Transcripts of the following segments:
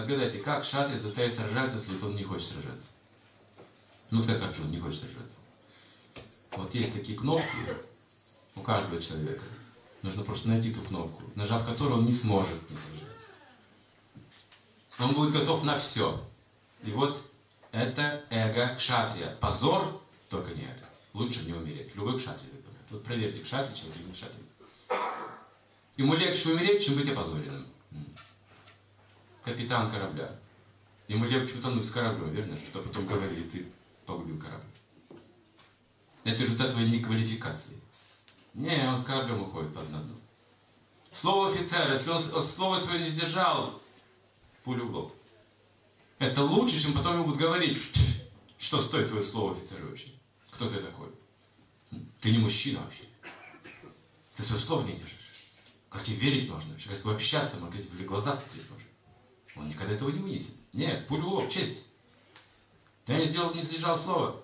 Отгадайте, как кшатрия Затая сражается, если он не хочет сражаться? Ну, как Арджун не хочет сражаться. Вот есть такие кнопки у каждого человека. Нужно просто найти ту кнопку, нажав которую он не сможет не сражаться. Он будет готов на все. И вот это эго кшатрия. Позор, только не это. Лучше не умереть. Любой кшатрий так говорит. Вот проверьте, кшатрий человек или не кшатрий. Ему легче умереть, чем быть опозоренным. Капитан корабля. Ему легче утонуть с кораблем, верно? Что потом говорили, ты погубил корабль. Это результат твоей неквалификации. Не, он с кораблем уходит под дно. Слово офицера, если он слово свое не сдержал, пулю в лоб. Это лучше, чем потом ему будут говорить, что стоит твое слово офицера вообще. Кто ты такой? Ты не мужчина вообще. Ты свое слово не держишь. Как тебе верить можно вообще? Как с тобой общаться можно? Как тебе в глаза смотреть можно? Он никогда этого не вынесет. Нет, пулю в лоб, честь. Я не сдержал слово.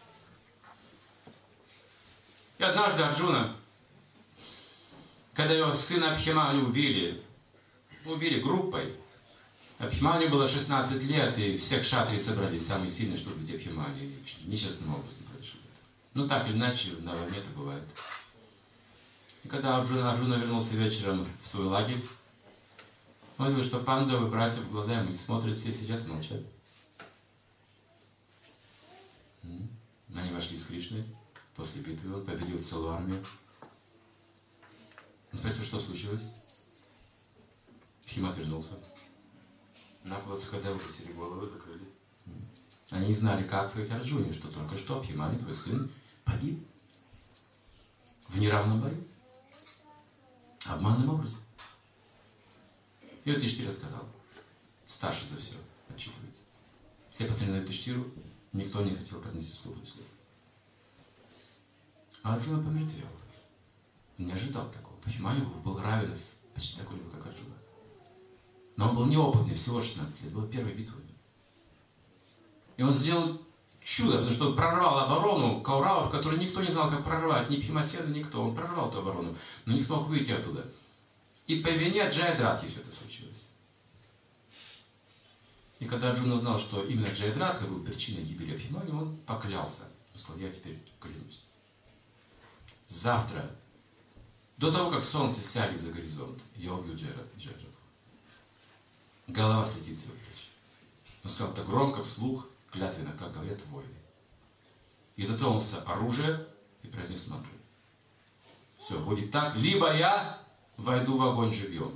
И однажды Арджуна, когда его сына Абхиманю убили группой, Абхиманю было 16 лет, и все кшатрии собрались, самые сильные, чтобы убить Абхиманю. И нечестным образом произошло. Ну так или иначе, на войне это бывает. И когда Арджуна вернулся вечером в свой лагерь, он видел, что пандавы, братья в глаза ему смотрят, все сидят и молчат. Они вошли с Кришной. После битвы он победил целую армию. Он спросил, что случилось? Абхима отвернулся. На пол Сахадевы высели головы, закрыли. Они не знали, как сказать Арджуне, что только что Абхимани, твой сын, погиб. В неравном бою. Обманным образом. И вот Юдхиштхира рассказал. Старший за все отчитывается. Все посмотрели на Юдхиштхиру, никто не хотел произнести слово и слово. А Арджуна помертвел. Он не ожидал такого. Абхиманю был равен почти такой же, как Арджуна. Но он был неопытный, всего 16 лет. Была первая битва. И он сделал чудо, потому что он прорвал оборону кауравов, которую никто не знал, как прорвать. Ни Бхимасена, никто. Он прорвал эту оборону, но не смог выйти оттуда. И по вине Джайадратхи все это случилось. И когда Арджуна узнал, что именно Джайадратха был причиной гибели Абхимани, он поклялся. Он сказал, я теперь клянусь. Завтра, до того, как солнце сядет за горизонт, я убью Джайадратху. Голова слетит с его плеч. Он сказал это громко, вслух, клятвенно, как говорят воины. И дотронулся оружия и произнес мантру. Все, будет так, либо я войду в огонь живьем.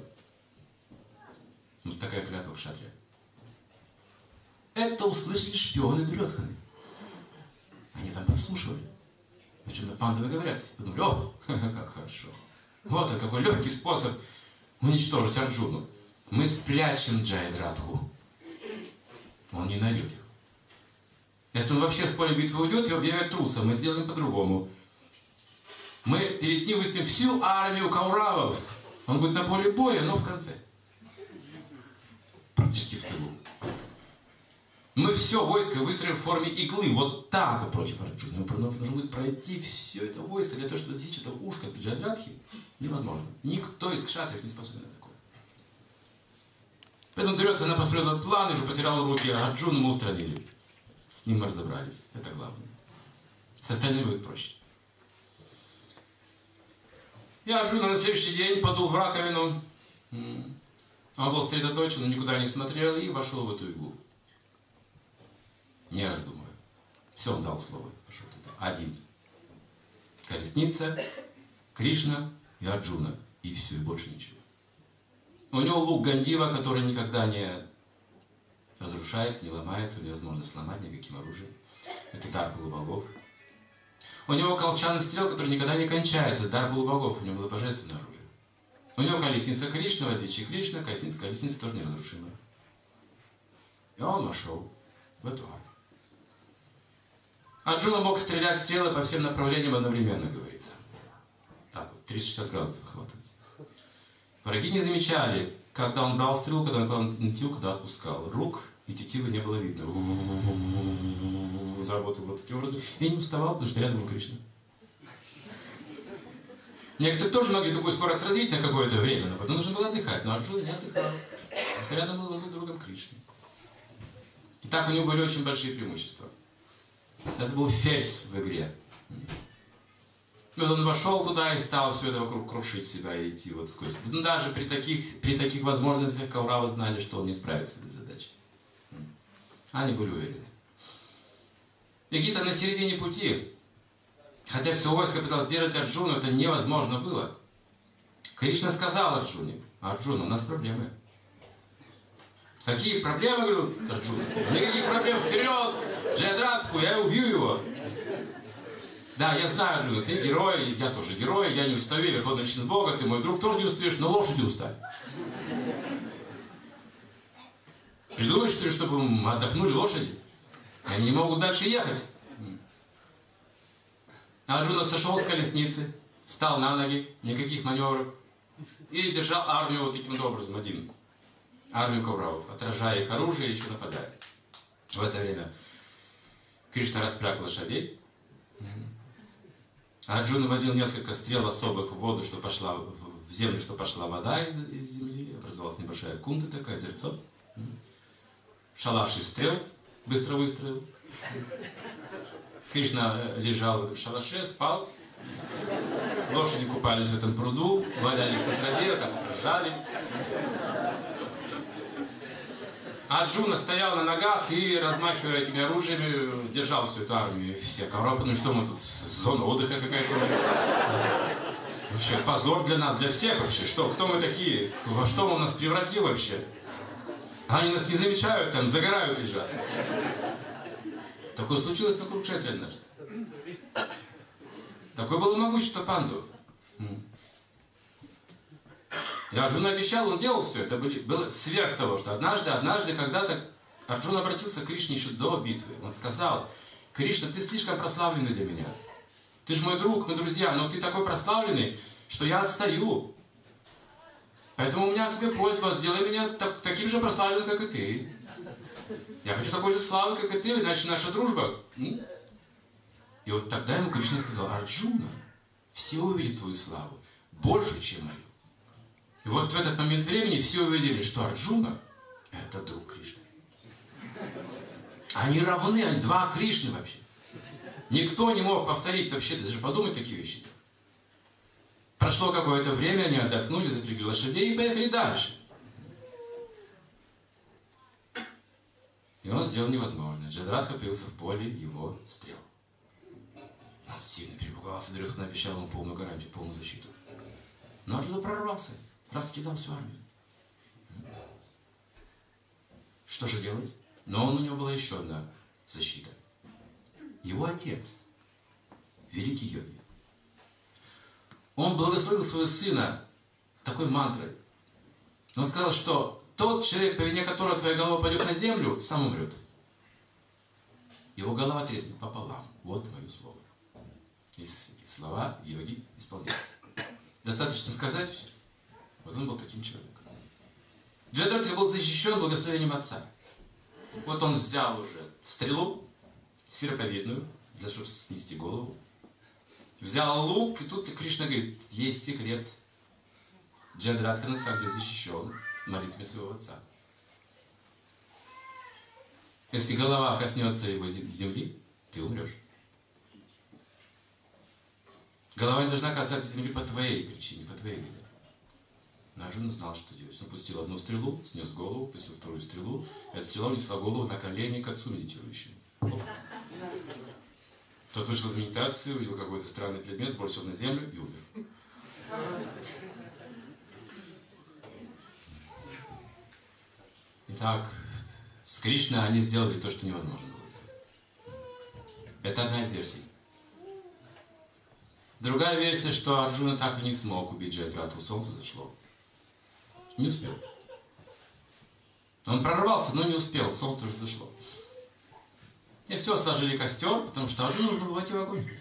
Вот такая клятва кшатрия. Это услышали шпионы Дурьодханы. Они там подслушивали. О чем пандавы говорят. Подумали, о, как хорошо. Вот он, какой легкий способ уничтожить Арджуну. Мы спрячем Джайадратху. Он не найдет их. Если он вообще с поля битвы уйдет, его объявят трусом. Мы сделаем по-другому. Мы перед ним выставим всю армию кауравов. Он будет на поле боя, но в конце. Практически в тылу. Мы все войско выстроим в форме иглы. Вот так вот против Арджуны. Нужно будет пройти все это войско для того, чтобы достичь этого ушка Джайадратхи. Невозможно. Никто из кшатриев не способен на такое. Поэтому Дурьодхана построил этот план и уже потерял руки, а Арджуну мы устранили. С ним мы разобрались. Это главное. С остальными будет проще. И Арджуна на следующий день подул в раковину. Он был сосредоточен, он никуда не смотрел и вошел в эту иглу. Не раздумывая. Все, он дал слово. Пошел туда. Один. Колесница, Кришна и Арджуна. И все, и больше ничего. У него лук Гандива, который никогда не разрушается, не ломается, невозможно сломать никаким оружием. Это дар полубогов. У него колчан и стрел, который никогда не кончается. Дар полубогов. У него было божественное оружие. У него колесница Кришна, в отличие Кришна, колесница тоже неразрушимая. И он вошел в эту армию. Арджуна мог стрелять стрелы по всем направлениям одновременно, говорится. Так вот, 360 градусов охватывать. Враги не замечали, когда он брал стрелу, когда он клал на тетиву, когда отпускал. Рук и тетивы не было видно. Работал вот таким образом. И не уставал, потому что рядом был Кришна. Некоторые тоже могли такую скорость развить на какое-то время, но потом нужно было отдыхать. Но Арджуна не отдыхал. рядом был, он был другом Кришны. И так у него были очень большие преимущества. Это был ферзь в игре. И вот он вошел туда и стал все это вокруг крушить себя и идти вот сквозь. Ну, даже при таких возможностях Кауравы знали, что он не справится с этой задачей. Они были уверены. И где-то на середине пути, хотя все войско пыталось сделать Арджуну, это невозможно было. Кришна сказал Арджуне: Арджуна, у нас проблемы. Какие проблемы, говорю, Арджуна? Никаких проблем, вперед! Джайадратху, я убью его. Да, я знаю, Арджуна, ты герой, я тоже герой, я не устаю, верховная личность Бога, ты мой друг, тоже не устаешь, но лошади устали. Придумаешь, что ли, чтобы отдохнули лошади? Они не могут дальше ехать. Арджуна сошел с колесницы, встал на ноги, никаких маневров, и держал армию вот таким образом, один. Армию Кауравов, отражая их оружие и еще нападая. В это время Кришна распряг лошадей. Арджуна возил несколько стрел особых в воду, что пошла в землю, что пошла вода из земли. Образовалась небольшая кунта такая, озерцо. Шалаш из стрел быстро выстроил. Кришна лежал в этом шалаше, спал. Лошади купались в этом пруду, валялись на траве, так вот ржали. Арджуна стоял на ногах и, размахивая этими оружиями, держал всю эту армию. И все Кауравы, ну что мы тут, зона отдыха какая-то. Вообще, позор для нас, для всех вообще. Что, кто мы такие? Во что он нас превратил вообще? Они нас не замечают, там, загорают, лежат. Такое случилось на Курукшетре однажды. Такое было могущество Панду. И Арджуна обещал, он делал все. Это было сверх того, что однажды, когда-то Арджуна обратился к Кришне еще до битвы. Он сказал: Кришна, ты слишком прославленный для меня. Ты же мой друг, мы друзья, но ты такой прославленный, что я отстаю. Поэтому у меня к тебе просьба, сделай меня таким же прославленным, как и ты. Я хочу такой же славы, как и ты, иначе наша дружба. И вот тогда ему Кришна сказал: Арджуна, все увидят твою славу, больше, чем мою. И вот в этот момент времени все увидели, что Арджуна — это друг Кришны. Они равны, они два Кришны вообще. Никто не мог повторить вообще, даже подумать такие вещи. Прошло какое-то время, они отдохнули, запрягли лошадей и поехали дальше. И он сделал невозможное. Джайадратха появился в поле его стрел. Он сильно перепугался, Дурьодхана обещал ему полную гарантию, полную защиту. Но Арджуна прорвался, раскидал всю армию. Что же делать? Но у него была еще одна защита. Его отец, великий йоги, он благословил своего сына такой мантрой. Он сказал, что тот человек, по вине которого твоя голова пойдет на землю, сам умрет. Его голова треснет пополам. Вот мое слово. И эти слова йоги исполняются. Достаточно сказать все. Вот он был таким человеком. Джайадратха был защищен благословением отца. Вот он взял уже стрелу, серповидную, для того, чтобы снести голову. Взял лук, и тут Кришна говорит: есть секрет. Джайадратха на самом деле защищен молитвами своего отца. Если голова коснется его земли, ты умрешь. Голова не должна касаться земли по твоей причине, по твоей вине. Но Арджуна знал, что делать. Он пустил одну стрелу, снес голову, пустил вторую стрелу. Эта стрела унесла голову на колени к отцу медитирующему. Тот вышел из медитации, увидел какой-то странный предмет, сбросил на землю и умер. Итак, с Кришной они сделали то, что невозможно было сделать. Это одна из версий. Другая версия, что Арджуна так и не смог убить Джайадратху, солнце зашло. Не успел. Он прорвался, но не успел, солнце уже зашло. И все, сложили костер, потому что Арджуна нужно было войти в огонь.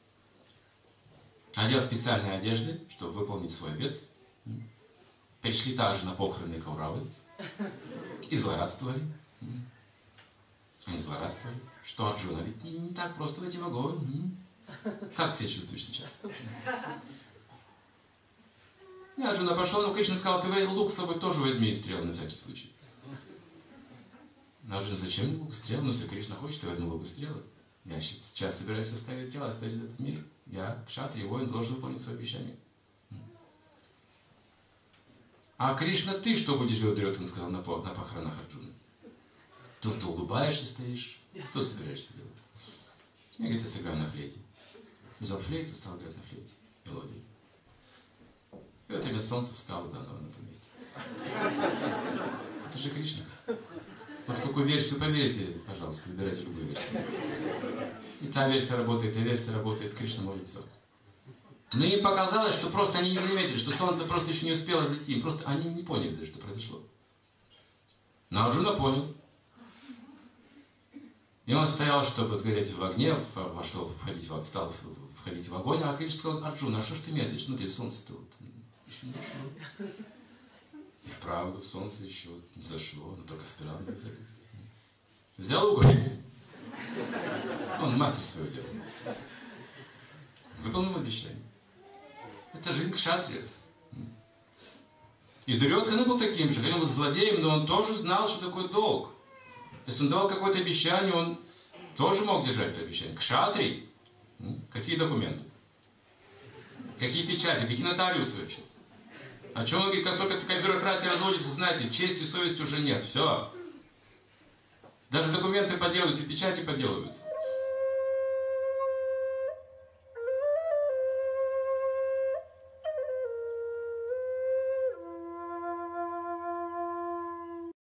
Одел специальные одежды, чтобы выполнить свой обет. Пришли также на похороны Кауравы. И злорадствовали. Они злорадствовали. Что, Арджуна, ведь не так просто войти в огонь. Как ты себя чувствуешь сейчас? И Арджуна пошел, но Кришна сказал: ты лук с собой тоже возьми и стрелы на всякий случай. Арджуна, зачем мне лук-стрелы? Ну, если Кришна хочет, я возьму лук-стрелы. Я сейчас собираюсь оставить тело, оставить этот мир. Я, кшатрия, воин, должен выполнить свое обещание. А Кришна, ты что будешь делать? Он сказал на похоронах Арджуны. Тут ты улыбаешься, стоишь. Что собираешься делать? Я, говорит, я сыграю на флейте. Взял флейту, стал играть на флейте. Мелодию. И в это время солнце встало заново на том месте. Это же Кришна. Вот в какую версию поверите, пожалуйста, выбирайте любую версию. И та версия работает, и та версия работает. Кришна может все. Но им показалось, что просто они не заметили, что солнце просто еще не успело зайти. Просто они не поняли даже, что произошло. Но Арджуна понял. И он стоял, чтобы сгореть в огне, стал входить в огонь, а Кришна сказал: Арджуна, а что ж ты медлишь? Смотри, солнце-то вот еще не зашло. И вправду, солнце еще не зашло, но только собиралось заходить. Взял уголь. Он мастер своего дела. Выполнил обещание. Это жизнь кшатриев. И Дурьодхана был таким же, хотя он был злодеем, но он тоже знал, что такое долг. То есть он давал какое-то обещание, он тоже мог держать это обещание. Кшатрий. Какие документы? Какие печати? Какие нотариусы вообще? О чем он говорит, как только такая бюрократия разводится, знаете, чести и совести уже нет. Все. Даже документы подделываются, печати подделываются.